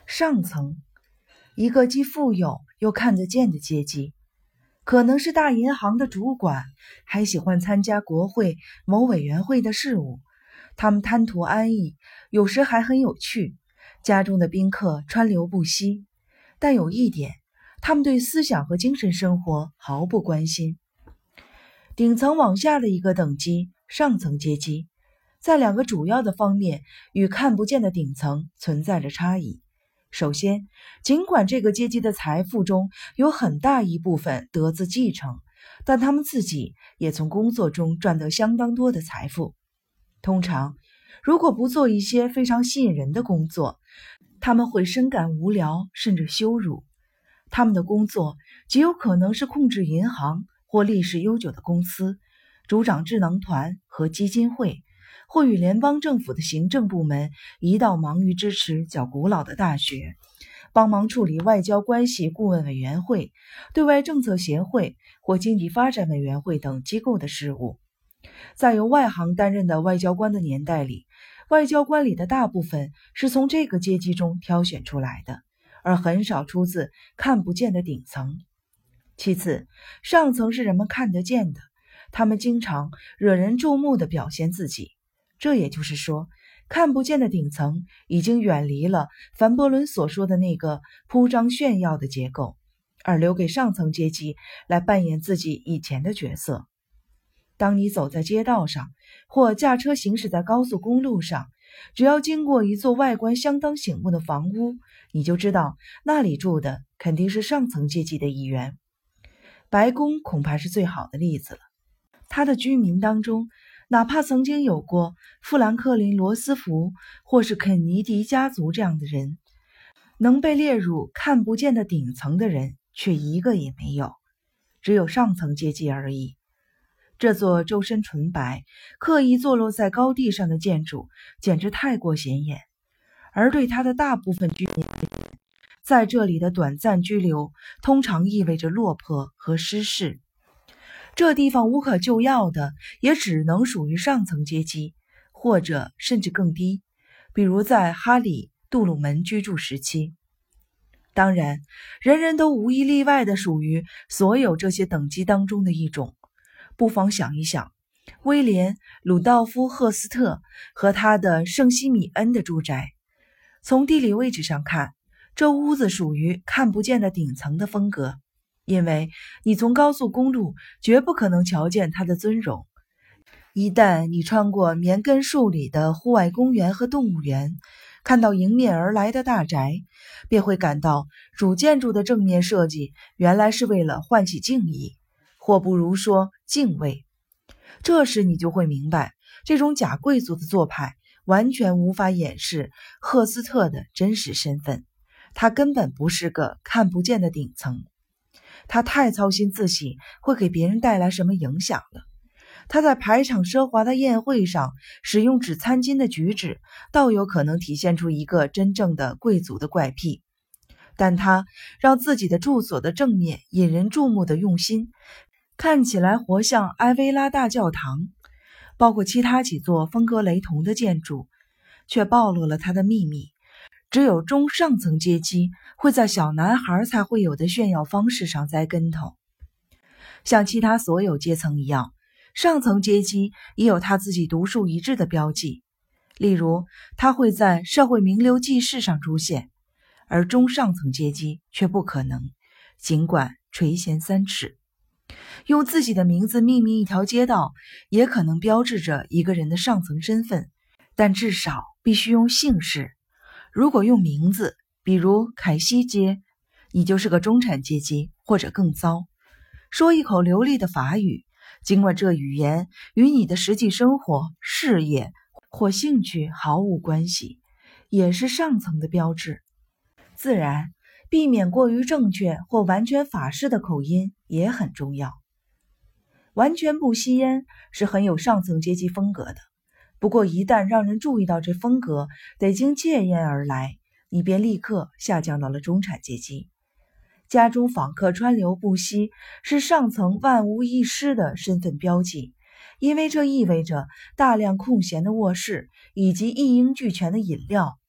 上层，一个既富有又看得见的阶级，可能是大银行的主管，还喜欢参加国会某委员会的事务。他们贪图安逸，有时还很有趣，家中的宾客川流不息。但有一点，他们对思想和精神生活毫不关心。顶层往下的一个等级，上层阶级，在两个主要的方面与看不见的顶层存在着差异。首先，尽管这个阶级的财富中有很大一部分得自继承，但他们自己也从工作中赚得相当多的财富。通常，如果不做一些非常吸引人的工作，他们会深感无聊甚至羞辱。他们的工作极有可能是控制银行或历史悠久的公司，主掌智囊团和基金会，或与联邦政府的行政部门一道忙于支持较古老的大学，帮忙处理外交关系顾问委员会、对外政策协会或经济发展委员会等机构的事务。在由外行担任的外交官的年代里，外交官里的大部分是从这个阶级中挑选出来的，而很少出自看不见的顶层。其次，上层是人们看得见的，他们经常惹人注目地表现自己。这也就是说，看不见的顶层已经远离了凡伯伦所说的那个铺张炫耀的结构，而留给上层阶级来扮演自己以前的角色。当你走在街道上，或驾车行驶在高速公路上，只要经过一座外观相当醒目的房屋，你就知道那里住的肯定是上层阶级的一员。白宫恐怕是最好的例子了。它的居民当中，哪怕曾经有过富兰克林·罗斯福或是肯尼迪家族这样的人，能被列入看不见的顶层的人却一个也没有，只有上层阶级而已。这座周身纯白、刻意坐落在高地上的建筑简直太过显眼，而对它的大部分居民而言，在这里的短暂居留通常意味着落魄和失势。这地方无可救药的也只能属于上层阶级，或者甚至更低，比如在哈里·杜鲁门居住时期。当然，人人都无一例外地属于所有这些等级当中的一种。不妨想一想，威廉·鲁道夫·赫斯特和他的圣西米恩的住宅。从地理位置上看，这屋子属于看不见的顶层的风格，因为你从高速公路绝不可能瞧见它的尊容。一旦你穿过绵根树里的户外公园和动物园，看到迎面而来的大宅，便会感到主建筑的正面设计原来是为了唤起敬意，或不如说敬畏。这时你就会明白，这种假贵族的做派完全无法掩饰赫斯特的真实身份。他根本不是个看不见的顶层，他太操心自己会给别人带来什么影响了。他在排场奢华的宴会上使用纸餐巾的举止，倒有可能体现出一个真正的贵族的怪癖。但他让自己的住所的正面引人注目的用心，看起来活像埃薇拉大教堂，包括其他几座风格雷同的建筑，却暴露了他的秘密。只有中上层阶级会在小男孩才会有的炫耀方式上栽跟头。像其他所有阶层一样，上层阶级也有他自己独树一帜的标记，例如他会在社会名流记事上出现，而中上层阶级却不可能，尽管垂涎3尺。用自己的名字命名一条街道，也可能标志着一个人的上层身份，但至少必须用姓氏。如果用名字，比如凯西街，你就是个中产阶级，或者更糟。说一口流利的法语，尽管这语言与你的实际生活、事业或兴趣毫无关系，也是上层的标志。自然，避免过于正确或完全法式的口音也很重要。完全不吸烟是很有上层阶级风格的，不过一旦让人注意到这风格得经戒烟而来，你便立刻下降到了中产阶级。家中访客川流不息是上层万无一失的身份标记，因为这意味着大量空闲的卧室以及一应俱全的饮料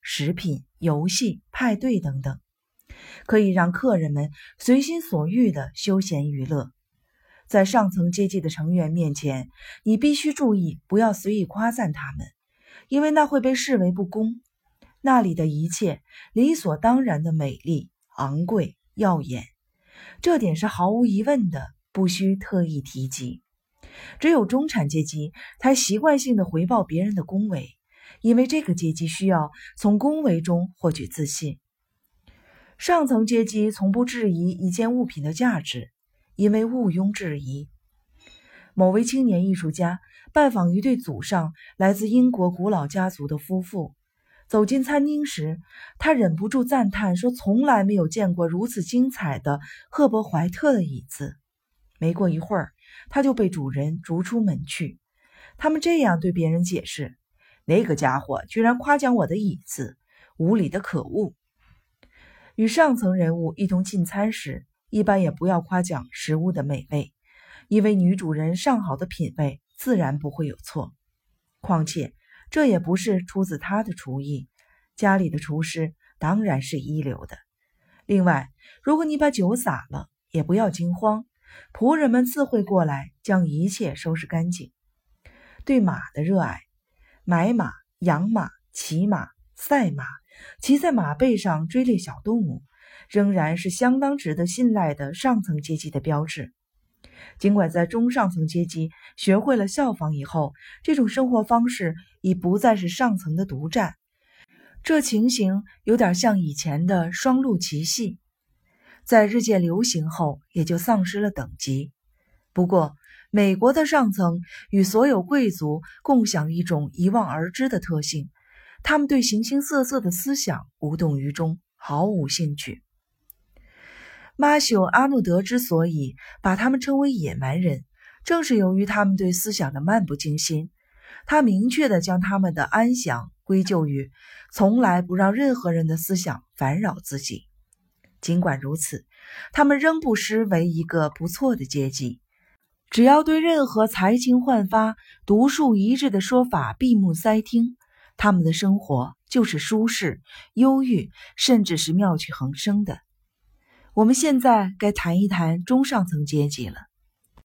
食品、游戏、派对等等，可以让客人们随心所欲地休闲娱乐。在上层阶级的成员面前，你必须注意不要随意夸赞他们，因为那会被视为不公。那里的一切理所当然的美丽、昂贵、耀眼，这点是毫无疑问的，不需特意提及。只有中产阶级才习惯性的回报别人的恭维，因为这个阶级需要从恭维中获取自信。上层阶级从不质疑一件物品的价值，因为毋庸置疑。某位青年艺术家拜访一对祖上来自英国古老家族的夫妇，走进餐厅时，他忍不住赞叹说从来没有见过如此精彩的赫伯怀特的椅子。没过一会儿，他就被主人逐出门去。他们这样对别人解释：那个家伙居然夸奖我的椅子，无理的可恶。与上层人物一同进餐时，一般也不要夸奖食物的美味，因为女主人上好的品味自然不会有错。况且这也不是出自她的厨艺，家里的厨师当然是一流的。另外，如果你把酒洒了，也不要惊慌，仆人们自会过来将一切收拾干净。对马的热爱，买马、养马、骑马、赛马，骑在马背上追猎小动物，仍然是相当值得信赖的上层阶级的标志。尽管在中上层阶级学会了效仿以后，这种生活方式已不再是上层的独占，这情形有点像以前的双陆骑戏，在日渐流行后也就丧失了等级。不过，美国的上层与所有贵族共享一种一望而知的特性，他们对形形色色的思想无动于衷，毫无兴趣。马修·阿诺德之所以把他们称为野蛮人，正是由于他们对思想的漫不经心。他明确地将他们的安详归咎于从来不让任何人的思想烦扰自己。尽管如此，他们仍不失为一个不错的阶级。只要对任何才情焕发、独树一帜的说法闭目塞听，他们的生活就是舒适、忧郁，甚至是妙趣横生的。我们现在该谈一谈中上层阶级了。